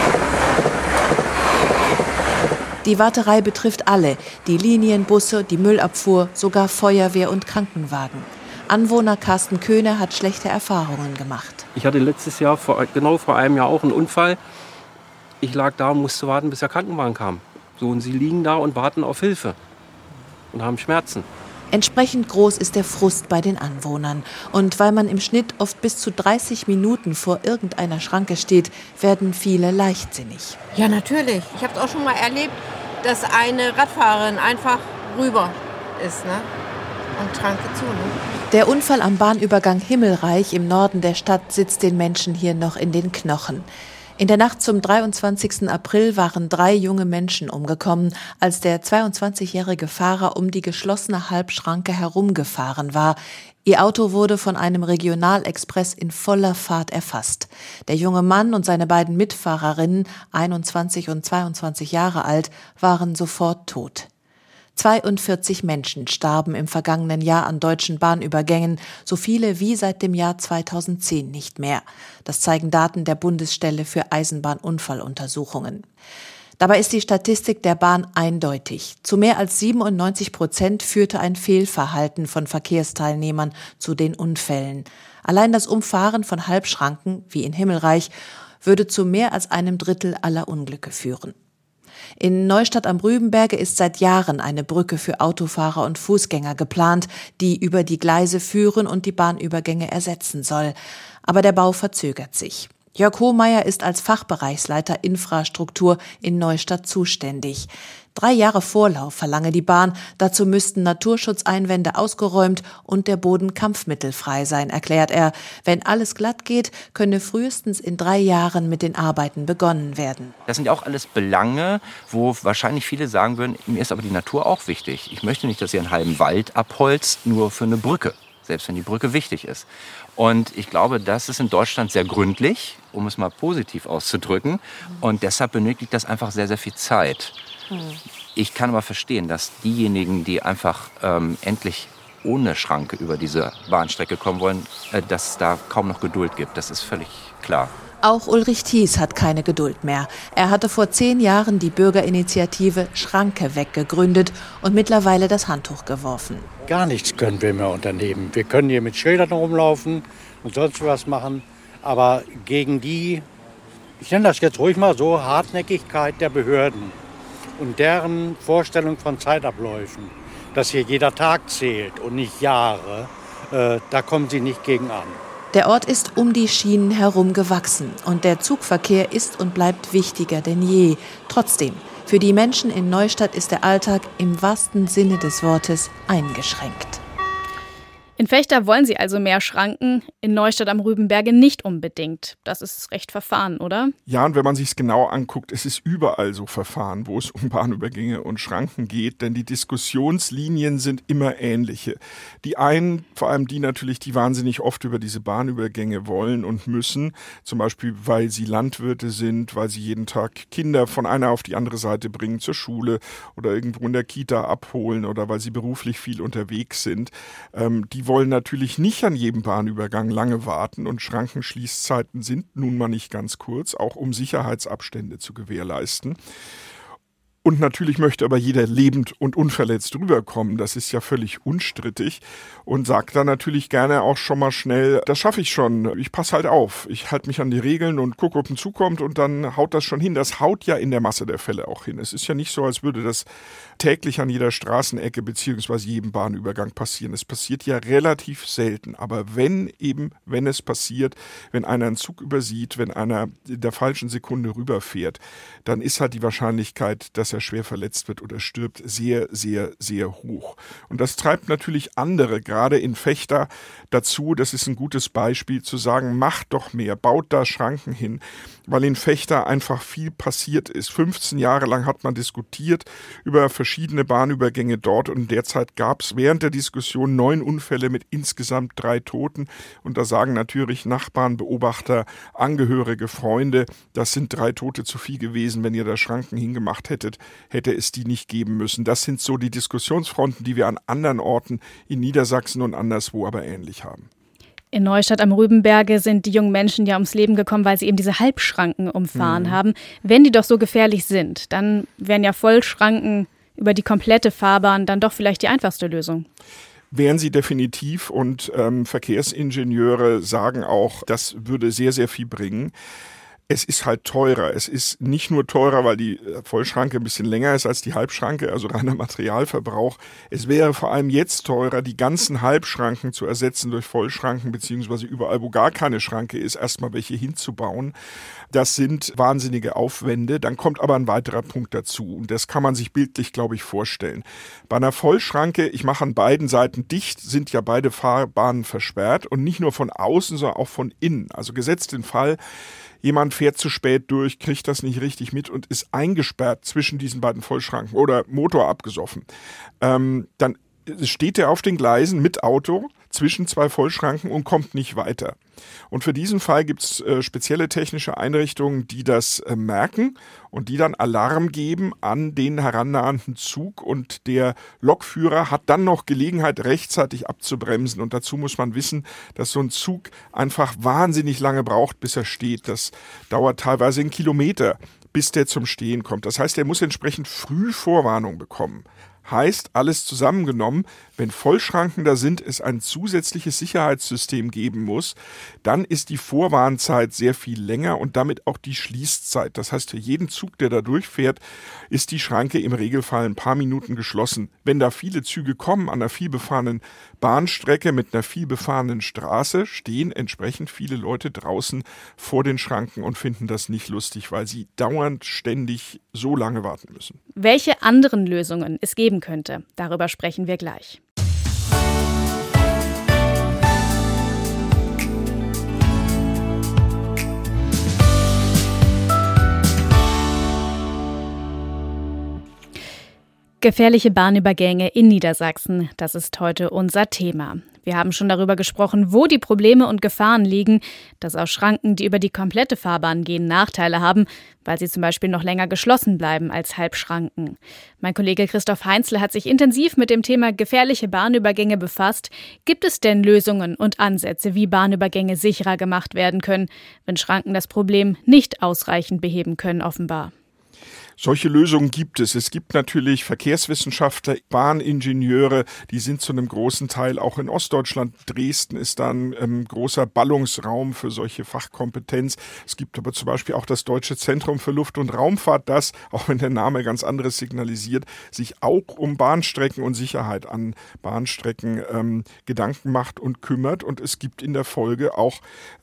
Die Warterei betrifft alle. Die Linienbusse, die Müllabfuhr, sogar Feuerwehr und Krankenwagen. Anwohner Carsten Köhne hat schlechte Erfahrungen gemacht. Ich hatte letztes Jahr, genau vor einem Jahr auch einen Unfall. Ich lag da und musste warten, bis der Krankenwagen kam. So, und sie liegen da und warten auf Hilfe und haben Schmerzen. Entsprechend groß ist der Frust bei den Anwohnern. Und weil man im Schnitt oft bis zu 30 Minuten vor irgendeiner Schranke steht, werden viele leichtsinnig. Ja, natürlich. Ich habe es auch schon mal erlebt, dass eine Radfahrerin einfach rüber ist, ne? Und Schranke zu, ne? Der Unfall am Bahnübergang Himmelreich im Norden der Stadt sitzt den Menschen hier noch in den Knochen. In der Nacht zum 23. April waren 3 junge Menschen umgekommen, als der 22-jährige Fahrer um die geschlossene Halbschranke herumgefahren war. Ihr Auto wurde von einem Regionalexpress in voller Fahrt erfasst. Der junge Mann und seine beiden Mitfahrerinnen, 21 und 22 Jahre alt, waren sofort tot. 42 Menschen starben im vergangenen Jahr an deutschen Bahnübergängen, so viele wie seit dem Jahr 2010 nicht mehr. Das zeigen Daten der Bundesstelle für Eisenbahnunfalluntersuchungen. Dabei ist die Statistik der Bahn eindeutig. Zu mehr als 97% führte ein Fehlverhalten von Verkehrsteilnehmern zu den Unfällen. Allein das Umfahren von Halbschranken, wie in Himmelreich, würde zu mehr als einem Drittel aller Unglücke führen. In Neustadt am Rübenberge ist seit Jahren eine Brücke für Autofahrer und Fußgänger geplant, die über die Gleise führen und die Bahnübergänge ersetzen soll. Aber der Bau verzögert sich. Jörg Hohmeier ist als Fachbereichsleiter Infrastruktur in Neustadt zuständig. 3 Jahre Vorlauf verlange die Bahn. Dazu müssten Naturschutzeinwände ausgeräumt und der Boden kampfmittelfrei sein, erklärt er. Wenn alles glatt geht, könne frühestens in 3 Jahren mit den Arbeiten begonnen werden. Das sind ja auch alles Belange, wo wahrscheinlich viele sagen würden, mir ist aber die Natur auch wichtig. Ich möchte nicht, dass ihr einen halben Wald abholzt, nur für eine Brücke, selbst wenn die Brücke wichtig ist. Und ich glaube, das ist in Deutschland sehr gründlich, um es mal positiv auszudrücken. Und deshalb benötigt das einfach sehr, sehr viel Zeit. Ich kann aber verstehen, dass diejenigen, die einfach endlich ohne Schranke über diese Bahnstrecke kommen wollen, dass es da kaum noch Geduld gibt. Das ist völlig klar. Auch Ulrich Thies hat keine Geduld mehr. Er hatte vor 10 Jahren die Bürgerinitiative Schranke weg gegründet und mittlerweile das Handtuch geworfen. Gar nichts können wir mehr unternehmen. Wir können hier mit Schildern rumlaufen und sonst was machen. Aber gegen die, ich nenne das jetzt ruhig mal so, Hartnäckigkeit der Behörden und deren Vorstellung von Zeitabläufen, dass hier jeder Tag zählt und nicht Jahre, da kommen sie nicht gegen an. Der Ort ist um die Schienen herum gewachsen und der Zugverkehr ist und bleibt wichtiger denn je. Trotzdem, für die Menschen in Neustadt ist der Alltag im wahrsten Sinne des Wortes eingeschränkt. In Vechta wollen sie also mehr Schranken, in Neustadt am Rübenberge nicht unbedingt. Das ist recht verfahren, oder? Ja, und wenn man sich es genau anguckt, es ist überall so verfahren, wo es um Bahnübergänge und Schranken geht, denn die Diskussionslinien sind immer ähnliche. Die einen, vor allem die natürlich, die wahnsinnig oft über diese Bahnübergänge wollen und müssen, zum Beispiel, weil sie Landwirte sind, weil sie jeden Tag Kinder von einer auf die andere Seite bringen zur Schule oder irgendwo in der Kita abholen oder weil sie beruflich viel unterwegs sind. Die wollen natürlich nicht an jedem Bahnübergang lange warten und Schrankenschließzeiten sind nun mal nicht ganz kurz, auch um Sicherheitsabstände zu gewährleisten. Und natürlich möchte aber jeder lebend und unverletzt rüberkommen. Das ist ja völlig unstrittig und sagt dann natürlich gerne auch schon mal schnell, das schaffe ich schon, ich passe halt auf. Ich halte mich an die Regeln und gucke, ob ein Zug kommt und dann haut das schon hin. Das haut ja in der Masse der Fälle auch hin. Es ist ja nicht so, als würde das täglich an jeder Straßenecke beziehungsweise jedem Bahnübergang passieren. Es passiert ja relativ selten. Aber wenn es passiert, wenn einer einen Zug übersieht, wenn einer in der falschen Sekunde rüberfährt, dann ist halt die Wahrscheinlichkeit, dass dass er schwer verletzt wird oder stirbt, sehr, sehr, sehr hoch. Und das treibt natürlich andere, gerade in Vechta, dazu, das ist ein gutes Beispiel, zu sagen, macht doch mehr, baut da Schranken hin, weil in Vechta einfach viel passiert ist. 15 Jahre lang hat man diskutiert über verschiedene Bahnübergänge dort und derzeit gab es während der Diskussion 9 Unfälle mit insgesamt 3 Toten. Und da sagen natürlich Nachbarn, Beobachter, Angehörige, Freunde, das sind 3 Tote zu viel gewesen. Wenn ihr da Schranken hingemacht hättet, hätte es die nicht geben müssen. Das sind so die Diskussionsfronten, die wir an anderen Orten in Niedersachsen und anderswo aber ähnlich haben. In Neustadt am Rübenberge sind die jungen Menschen ja ums Leben gekommen, weil sie eben diese Halbschranken umfahren haben. Wenn die doch so gefährlich sind, dann wären ja Vollschranken über die komplette Fahrbahn dann doch vielleicht die einfachste Lösung. Wären sie definitiv und Verkehrsingenieure sagen auch, das würde sehr, sehr viel bringen. Es ist halt teurer. Es ist nicht nur teurer, weil die Vollschranke ein bisschen länger ist als die Halbschranke, also reiner Materialverbrauch. Es wäre vor allem jetzt teurer, die ganzen Halbschranken zu ersetzen durch Vollschranken, beziehungsweise überall, wo gar keine Schranke ist, erstmal welche hinzubauen. Das sind wahnsinnige Aufwände. Dann kommt aber ein weiterer Punkt dazu. Und das kann man sich bildlich, glaube ich, vorstellen. Bei einer Vollschranke, ich mache an beiden Seiten dicht, sind ja beide Fahrbahnen versperrt. Und nicht nur von außen, sondern auch von innen. Also gesetzt den Fall, jemand fährt zu spät durch, kriegt das nicht richtig mit und ist eingesperrt zwischen diesen beiden Vollschranken oder Motor abgesoffen. Dann steht er auf den Gleisen mit Auto zwischen 2 Vollschranken und kommt nicht weiter. Und für diesen Fall gibt es spezielle technische Einrichtungen, die das merken und die dann Alarm geben an den herannahenden Zug. Und der Lokführer hat dann noch Gelegenheit, rechtzeitig abzubremsen. Und dazu muss man wissen, dass so ein Zug einfach wahnsinnig lange braucht, bis er steht. Das dauert teilweise 1 Kilometer, bis der zum Stehen kommt. Das heißt, er muss entsprechend früh Vorwarnung bekommen. Heißt, alles zusammengenommen, wenn Vollschranken da sind, es ein zusätzliches Sicherheitssystem geben muss, dann ist die Vorwarnzeit sehr viel länger und damit auch die Schließzeit. Das heißt, für jeden Zug, der da durchfährt, ist die Schranke im Regelfall ein paar Minuten geschlossen. Wenn da viele Züge kommen an einer vielbefahrenen Bahnstrecke mit einer vielbefahrenen Straße, stehen entsprechend viele Leute draußen vor den Schranken und finden das nicht lustig, weil sie dauernd ständig so lange warten müssen. Welche anderen Lösungen es geben könnte, darüber sprechen wir gleich. Gefährliche Bahnübergänge in Niedersachsen, das ist heute unser Thema. Wir haben schon darüber gesprochen, wo die Probleme und Gefahren liegen, dass auch Schranken, die über die komplette Fahrbahn gehen, Nachteile haben, weil sie zum Beispiel noch länger geschlossen bleiben als Halbschranken. Mein Kollege Christoph Heinzle hat sich intensiv mit dem Thema gefährliche Bahnübergänge befasst. Gibt es denn Lösungen und Ansätze, wie Bahnübergänge sicherer gemacht werden können, wenn Schranken das Problem nicht ausreichend beheben können, offenbar? Solche Lösungen gibt es. Es gibt natürlich Verkehrswissenschaftler, Bahningenieure, die sind zu einem großen Teil auch in Ostdeutschland. Dresden ist da ein großer Ballungsraum für solche Fachkompetenz. Es gibt aber zum Beispiel auch das Deutsche Zentrum für Luft- und Raumfahrt, das, auch wenn der Name ganz anderes signalisiert, sich auch um Bahnstrecken und Sicherheit an Bahnstrecken Gedanken macht und kümmert. Und es gibt in der Folge auch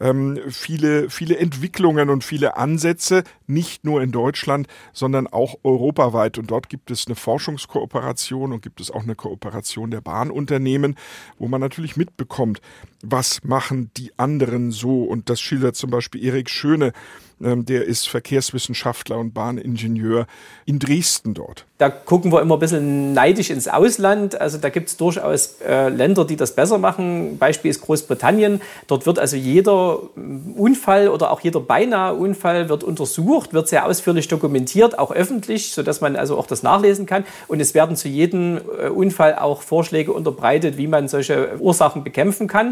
viele Entwicklungen und viele Ansätze, nicht nur in Deutschland, sondern auch europaweit. Und dort gibt es eine Forschungskooperation und gibt es auch eine Kooperation der Bahnunternehmen, wo man natürlich mitbekommt, was machen die anderen so. Und das schildert zum Beispiel Erik Schöne, der ist Verkehrswissenschaftler und Bahningenieur in Dresden dort. Da gucken wir immer ein bisschen neidisch ins Ausland. Also da gibt es durchaus Länder, die das besser machen. Beispiel ist Großbritannien. Dort wird also jeder Unfall oder auch jeder beinahe Unfall wird untersucht, wird sehr ausführlich dokumentiert, auch öffentlich, sodass man also auch das nachlesen kann. Und es werden zu jedem Unfall auch Vorschläge unterbreitet, wie man solche Ursachen bekämpfen kann.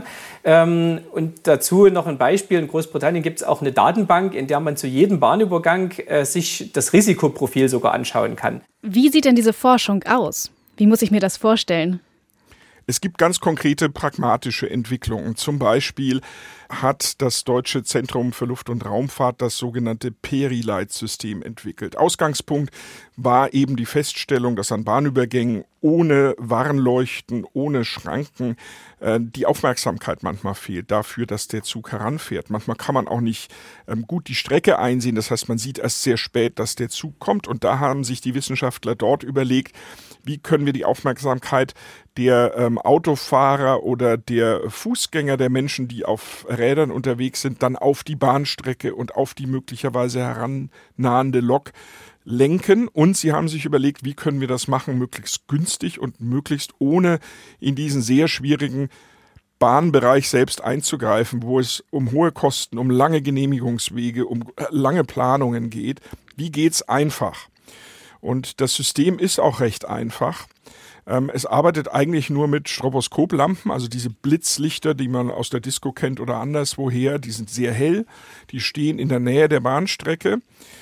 Und dazu noch ein Beispiel. In Großbritannien gibt es auch eine Datenbank, in der man zu jedem Bahnübergang sich das Risikoprofil sogar anschauen kann. Wie sieht denn diese Forschung aus? Wie muss ich mir das vorstellen? Es gibt ganz konkrete pragmatische Entwicklungen. Zum Beispiel hat das Deutsche Zentrum für Luft- und Raumfahrt das sogenannte Peri-Leitsystem entwickelt. Ausgangspunkt war eben die Feststellung, dass an Bahnübergängen ohne Warnleuchten, ohne Schranken die Aufmerksamkeit manchmal fehlt dafür, dass der Zug heranfährt. Manchmal kann man auch nicht gut die Strecke einsehen. Das heißt, man sieht erst sehr spät, dass der Zug kommt. Und da haben sich die Wissenschaftler dort überlegt, wie können wir die Aufmerksamkeit der Autofahrer oder der Fußgänger, der Menschen, die auf Rädern unterwegs sind, dann auf die Bahnstrecke und auf die möglicherweise herannahende Lok lenken. Und sie haben sich überlegt, wie können wir das machen, möglichst günstig und möglichst ohne in diesen sehr schwierigen Bahnbereich selbst einzugreifen, wo es um hohe Kosten, um lange Genehmigungswege, um lange Planungen geht. Wie geht's einfach? Und das System ist auch recht einfach. Es arbeitet eigentlich nur mit Stroboskoplampen, also diese Blitzlichter, die man aus der Disco kennt oder anderswoher. Die sind sehr hell, die stehen in der Nähe der Bahnstrecke.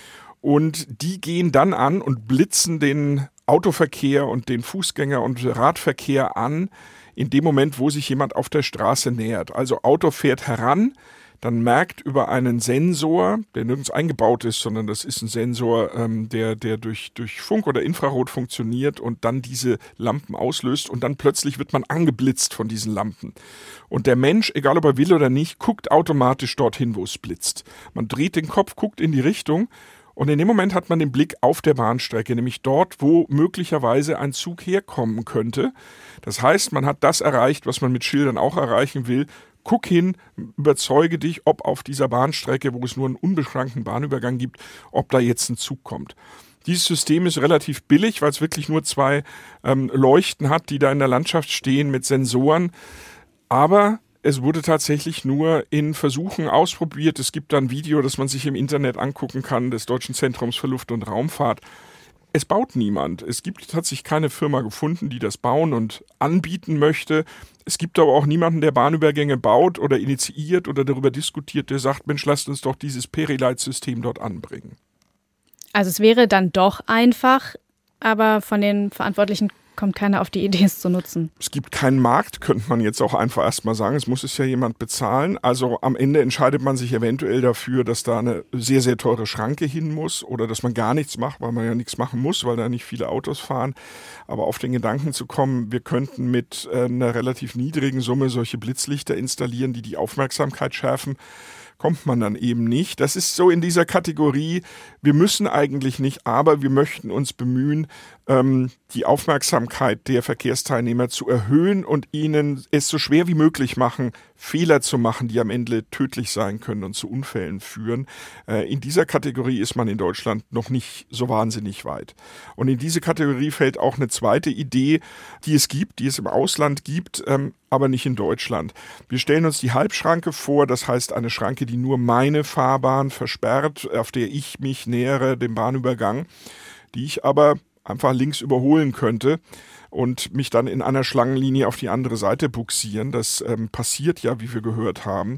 Und die gehen dann an und blitzen den Autoverkehr und den Fußgänger- und Radverkehr an, in dem Moment, wo sich jemand auf der Straße nähert. Also Auto fährt heran, dann merkt über einen Sensor, der nirgends eingebaut ist, sondern das ist ein Sensor, der durch Funk oder Infrarot funktioniert und dann diese Lampen auslöst und dann plötzlich wird man angeblitzt von diesen Lampen. Und der Mensch, egal ob er will oder nicht, guckt automatisch dorthin, wo es blitzt. Man dreht den Kopf, guckt in die Richtung. Und in dem Moment hat man den Blick auf der Bahnstrecke, nämlich dort, wo möglicherweise ein Zug herkommen könnte. Das heißt, man hat das erreicht, was man mit Schildern auch erreichen will. Guck hin, überzeuge dich, ob auf dieser Bahnstrecke, wo es nur einen unbeschränkten Bahnübergang gibt, ob da jetzt ein Zug kommt. Dieses System ist relativ billig, weil es wirklich nur 2 Leuchten hat, die da in der Landschaft stehen mit Sensoren. Aber es wurde tatsächlich nur in Versuchen ausprobiert. Es gibt da ein Video, das man sich im Internet angucken kann, des Deutschen Zentrums für Luft- und Raumfahrt. Es baut niemand. Hat sich keine Firma gefunden, die das bauen und anbieten möchte. Es gibt aber auch niemanden, der Bahnübergänge baut oder initiiert oder darüber diskutiert, der sagt, Mensch, lasst uns doch dieses Perilight-System dort anbringen. Also es wäre dann doch einfach, aber von den Verantwortlichen kommt keiner auf die Idee, es zu nutzen. Es gibt keinen Markt, könnte man jetzt auch einfach erstmal sagen. Es muss es ja jemand bezahlen. Also am Ende entscheidet man sich eventuell dafür, dass da eine sehr, sehr teure Schranke hin muss oder dass man gar nichts macht, weil man ja nichts machen muss, weil da nicht viele Autos fahren. Aber auf den Gedanken zu kommen, wir könnten mit einer relativ niedrigen Summe solche Blitzlichter installieren, die die Aufmerksamkeit schärfen, kommt man dann eben nicht. Das ist so in dieser Kategorie, wir müssen eigentlich nicht, aber wir möchten uns bemühen, die Aufmerksamkeit der Verkehrsteilnehmer zu erhöhen und ihnen es so schwer wie möglich machen, Fehler zu machen, die am Ende tödlich sein können und zu Unfällen führen. In dieser Kategorie ist man in Deutschland noch nicht so wahnsinnig weit. Und in diese Kategorie fällt auch eine zweite Idee, die es im Ausland gibt, aber nicht in Deutschland. Wir stellen uns die Halbschranke vor, das heißt eine Schranke, die nur meine Fahrbahn versperrt, auf der ich mich nähere dem Bahnübergang, die ich aber einfach links überholen könnte und mich dann in einer Schlangenlinie auf die andere Seite buxieren. Das passiert ja, wie wir gehört haben.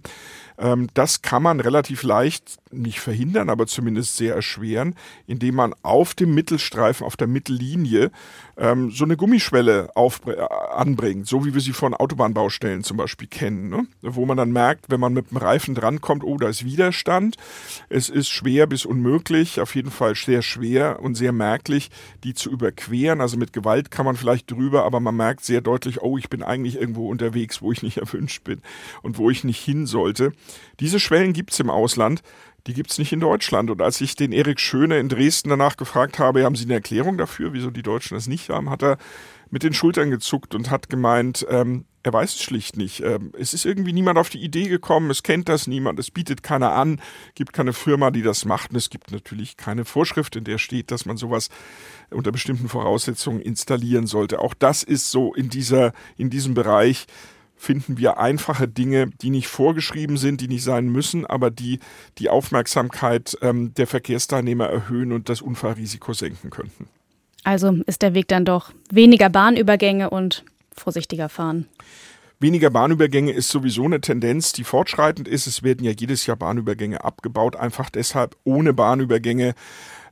Das kann man relativ leicht nicht verhindern, aber zumindest sehr erschweren, indem man auf dem Mittelstreifen, auf der Mittellinie so eine Gummischwelle anbringt, so wie wir sie von Autobahnbaustellen zum Beispiel kennen, ne? Wo man dann merkt, wenn man mit dem Reifen drankommt, oh, da ist Widerstand. Es ist schwer bis unmöglich, auf jeden Fall sehr schwer und sehr merklich, die zu überqueren. Also mit Gewalt kann man vielleicht drüber, aber man merkt sehr deutlich, oh, ich bin eigentlich irgendwo unterwegs, wo ich nicht erwünscht bin und wo ich nicht hin sollte. Diese Schwellen gibt es im Ausland, die gibt es nicht in Deutschland. Und als ich den Erik Schöne in Dresden danach gefragt habe, haben Sie eine Erklärung dafür, wieso die Deutschen das nicht haben, hat er mit den Schultern gezuckt und hat gemeint, er weiß es schlicht nicht. Es ist irgendwie niemand auf die Idee gekommen, es kennt das niemand, es bietet keiner an, gibt keine Firma, die das macht. Und es gibt natürlich keine Vorschrift, in der steht, dass man sowas unter bestimmten Voraussetzungen installieren sollte. Auch das ist so in diesem Bereich, finden wir einfache Dinge, die nicht vorgeschrieben sind, die nicht sein müssen, aber die Aufmerksamkeit der Verkehrsteilnehmer erhöhen und das Unfallrisiko senken könnten. Also ist der Weg dann doch weniger Bahnübergänge und vorsichtiger fahren. Weniger Bahnübergänge ist sowieso eine Tendenz, die fortschreitend ist. Es werden ja jedes Jahr Bahnübergänge abgebaut, einfach deshalb ohne Bahnübergänge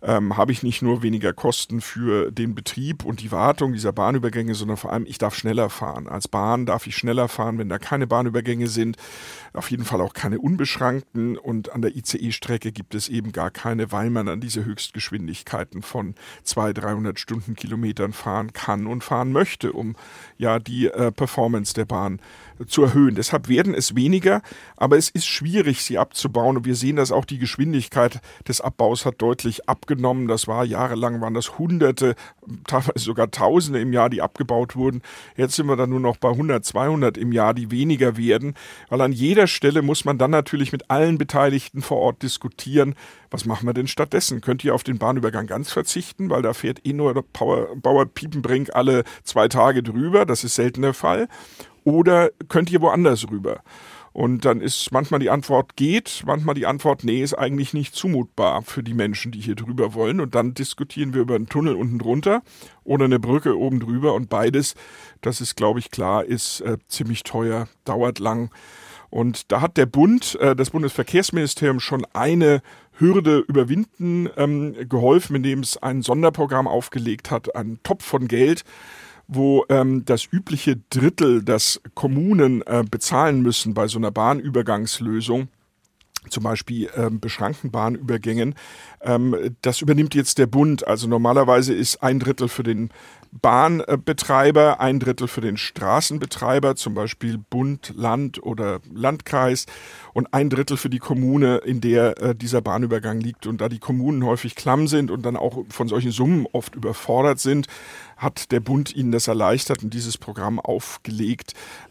habe ich nicht nur weniger Kosten für den Betrieb und die Wartung dieser Bahnübergänge, sondern vor allem, ich darf schneller fahren. Als Bahn darf ich schneller fahren, wenn da keine Bahnübergänge sind. Auf jeden Fall auch keine unbeschränkten. Und an der ICE-Strecke gibt es eben gar keine, weil man an diese Höchstgeschwindigkeiten von 200-300 Stundenkilometern fahren kann und fahren möchte, um ja die Performance der Bahn zu erhöhen. Deshalb werden es weniger, aber es ist schwierig, sie abzubauen. Und wir sehen, dass auch die Geschwindigkeit des Abbaus hat deutlich abgenommen. Das war jahrelang, waren das Hunderte, teilweise sogar Tausende im Jahr, die abgebaut wurden. Jetzt sind wir dann nur noch bei 100, 200 im Jahr, die weniger werden. Weil an jeder Stelle muss man dann natürlich mit allen Beteiligten vor Ort diskutieren, was machen wir denn stattdessen? Könnt ihr auf den Bahnübergang ganz verzichten, weil da fährt nur der Bauer Piepenbrink alle 2 Tage drüber, das ist selten der Fall. Oder könnt ihr woanders rüber? Und dann ist manchmal die Antwort geht, manchmal die Antwort nee, ist eigentlich nicht zumutbar für die Menschen, die hier drüber wollen. Und dann diskutieren wir über einen Tunnel unten drunter oder eine Brücke oben drüber. Und beides, das ist, glaube ich, klar, ist ziemlich teuer, dauert lang. Und da hat der Bund, das Bundesverkehrsministerium, schon eine Hürde überwinden geholfen, indem es ein Sonderprogramm aufgelegt hat, einen Topf von Geld, wo das übliche Drittel, das Kommunen bezahlen müssen bei so einer Bahnübergangslösung, zum Beispiel beschränkten Bahnübergängen, das übernimmt jetzt der Bund. Also normalerweise ist 1/3 für den Bahnbetreiber, 1/3 für den Straßenbetreiber, zum Beispiel Bund, Land oder Landkreis, und 1/3 für die Kommune, in der dieser Bahnübergang liegt. Und da die Kommunen häufig klamm sind und dann auch von solchen Summen oft überfordert sind, hat der Bund ihnen das erleichtert und dieses Programm aufgelegt,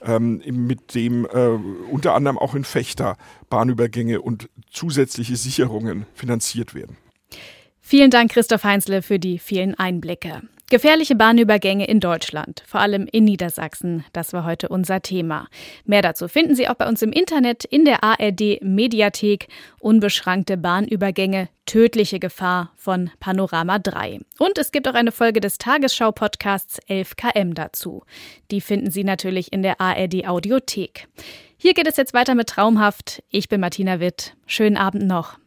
mit dem unter anderem auch in Vechta Bahnübergänge und zusätzliche Sicherungen finanziert werden. Vielen Dank, Christoph Heinzle, für die vielen Einblicke. Gefährliche Bahnübergänge in Deutschland, vor allem in Niedersachsen, das war heute unser Thema. Mehr dazu finden Sie auch bei uns im Internet, in der ARD-Mediathek. Unbeschränkte Bahnübergänge, tödliche Gefahr von Panorama 3. Und es gibt auch eine Folge des Tagesschau-Podcasts 11 km dazu. Die finden Sie natürlich in der ARD-Audiothek. Hier geht es jetzt weiter mit Traumhaft. Ich bin Martina Witt. Schönen Abend noch.